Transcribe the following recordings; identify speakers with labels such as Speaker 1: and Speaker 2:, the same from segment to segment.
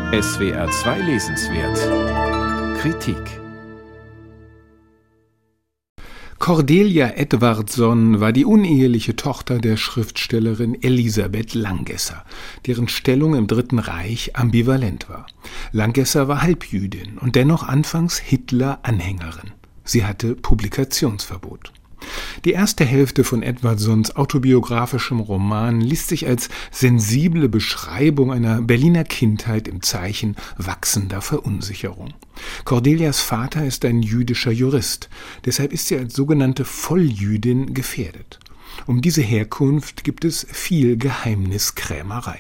Speaker 1: SWR 2 Lesenswert Kritik. Cordelia Edwardson war die uneheliche Tochter der Schriftstellerin Elisabeth Langesser, deren Stellung im Dritten Reich ambivalent war. Langesser war Halbjüdin und dennoch anfangs Hitler-Anhängerin. Sie hatte Publikationsverbot. Die erste Hälfte von Edwardsons autobiografischem Roman liest sich als sensible Beschreibung einer Berliner Kindheit im Zeichen wachsender Verunsicherung. Cordelias Vater ist ein jüdischer Jurist, deshalb ist sie als sogenannte Volljüdin gefährdet. Um diese Herkunft gibt es viel Geheimniskrämerei.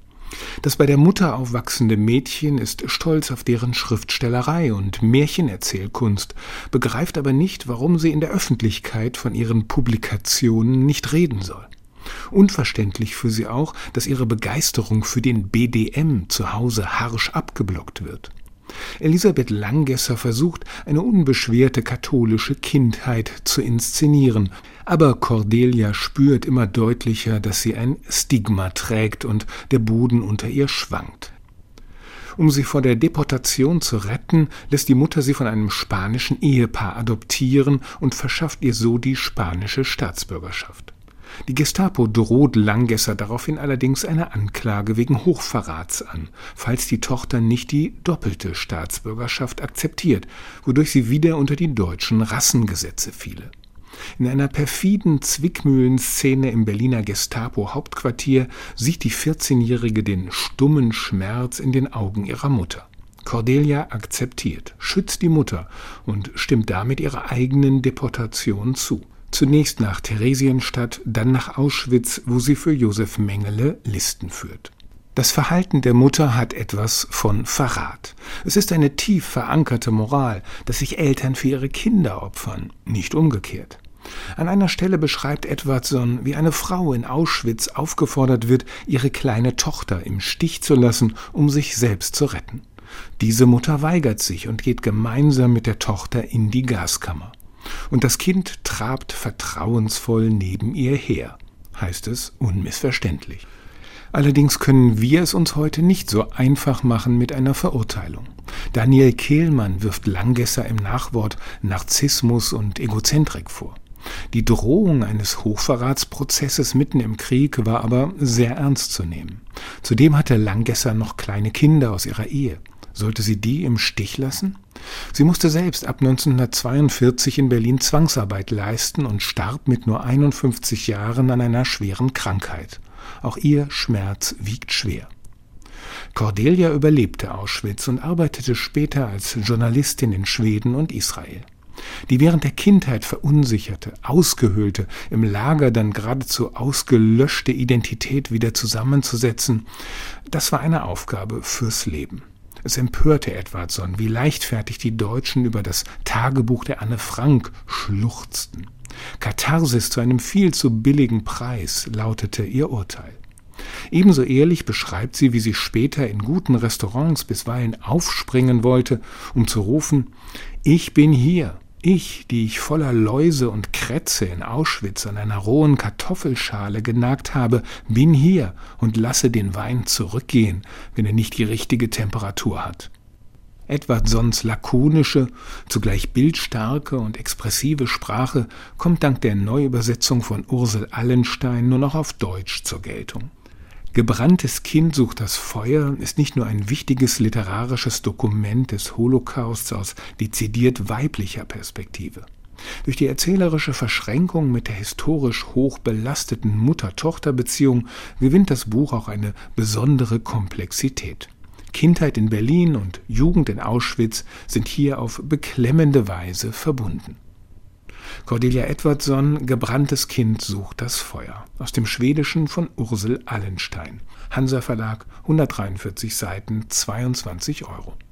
Speaker 1: Das bei der Mutter aufwachsende Mädchen ist stolz auf deren Schriftstellerei und Märchenerzählkunst, begreift aber nicht, warum sie in der Öffentlichkeit von ihren Publikationen nicht reden soll. Unverständlich für sie auch, dass ihre Begeisterung für den BDM zu Hause harsch abgeblockt wird. Elisabeth Langesser versucht, eine unbeschwerte katholische Kindheit zu inszenieren, aber Cordelia spürt immer deutlicher, dass sie ein Stigma trägt und der Boden unter ihr schwankt. Um sie vor der Deportation zu retten, lässt die Mutter sie von einem spanischen Ehepaar adoptieren und verschafft ihr so die spanische Staatsbürgerschaft. Die Gestapo droht Langesser daraufhin allerdings eine Anklage wegen Hochverrats an, falls die Tochter nicht die doppelte Staatsbürgerschaft akzeptiert, wodurch sie wieder unter die deutschen Rassengesetze fiele. In einer perfiden Zwickmühlenszene im Berliner Gestapo-Hauptquartier sieht die 14-Jährige den stummen Schmerz in den Augen ihrer Mutter. Cordelia akzeptiert, schützt die Mutter und stimmt damit ihrer eigenen Deportation zu. Zunächst nach Theresienstadt, dann nach Auschwitz, wo sie für Josef Mengele Listen führt. Das Verhalten der Mutter hat etwas von Verrat. Es ist eine tief verankerte Moral, dass sich Eltern für ihre Kinder opfern, nicht umgekehrt. An einer Stelle beschreibt Edwardson, wie eine Frau in Auschwitz aufgefordert wird, ihre kleine Tochter im Stich zu lassen, um sich selbst zu retten. Diese Mutter weigert sich und geht gemeinsam mit der Tochter in die Gaskammer. Und das Kind trabt vertrauensvoll neben ihr her, heißt es unmissverständlich. Allerdings können wir es uns heute nicht so einfach machen mit einer Verurteilung. Daniel Kehlmann wirft Langesser im Nachwort Narzissmus und Egozentrik vor. Die Drohung eines Hochverratsprozesses mitten im Krieg war aber sehr ernst zu nehmen. Zudem hatte Langesser noch kleine Kinder aus ihrer Ehe. Sollte sie die im Stich lassen? Sie musste selbst ab 1942 in Berlin Zwangsarbeit leisten und starb mit nur 51 Jahren an einer schweren Krankheit. Auch ihr Schmerz wiegt schwer. Cordelia überlebte Auschwitz und arbeitete später als Journalistin in Schweden und Israel. Die während der Kindheit verunsicherte, ausgehöhlte, im Lager dann geradezu ausgelöschte Identität wieder zusammenzusetzen, das war eine Aufgabe fürs Leben. Es empörte Edwardson, wie leichtfertig die Deutschen über das Tagebuch der Anne Frank schluchzten. Katharsis zu einem viel zu billigen Preis, lautete ihr Urteil. Ebenso ehrlich beschreibt sie, wie sie später in guten Restaurants bisweilen aufspringen wollte, um zu rufen: »Ich bin hier! Ich, die ich voller Läuse und Krätze in Auschwitz an einer rohen Kartoffelschale genagt habe, bin hier und lasse den Wein zurückgehen, wenn er nicht die richtige Temperatur hat.« Edwardsons lakonische, zugleich bildstarke und expressive Sprache kommt dank der Neuübersetzung von Ursel Allenstein nur noch auf Deutsch zur Geltung. Gebranntes Kind sucht das Feuer ist nicht nur ein wichtiges literarisches Dokument des Holocausts aus dezidiert weiblicher Perspektive. Durch die erzählerische Verschränkung mit der historisch hoch belasteten Mutter-Tochter-Beziehung gewinnt das Buch auch eine besondere Komplexität. Kindheit in Berlin und Jugend in Auschwitz sind hier auf beklemmende Weise verbunden. Cordelia Edwardson, Gebranntes Kind sucht das Feuer. Aus dem Schwedischen von Ursel Allenstein. Hansa Verlag, 143 Seiten, 22 €.